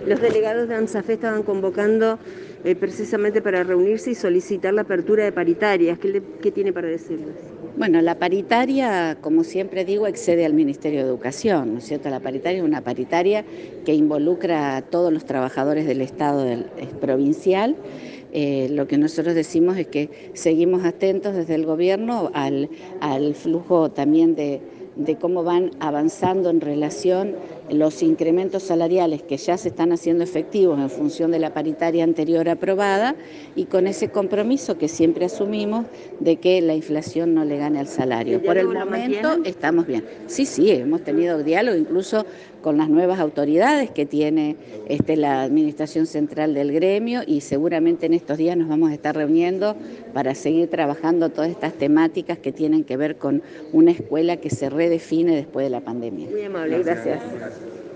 Los delegados de ANSAFE estaban convocando precisamente para reunirse y solicitar la apertura de paritarias. ¿Qué tiene para decirles? Bueno, la paritaria, como siempre digo, excede al Ministerio de Educación, ¿no es cierto? La paritaria es una paritaria que involucra a todos los trabajadores del Estado provincial. Lo que nosotros decimos es que seguimos atentos desde el gobierno al flujo también de cómo van avanzando en relación los incrementos salariales que ya se están haciendo efectivos en función de la paritaria anterior aprobada y con ese compromiso que siempre asumimos de que la inflación no le gane al salario. Por el momento estamos bien. Sí, hemos tenido diálogo incluso con las nuevas autoridades que tiene la Administración Central del gremio y seguramente en estos días nos vamos a estar reuniendo para seguir trabajando todas estas temáticas que tienen que ver con una escuela que se redefine después de la pandemia. Muy amable, gracias.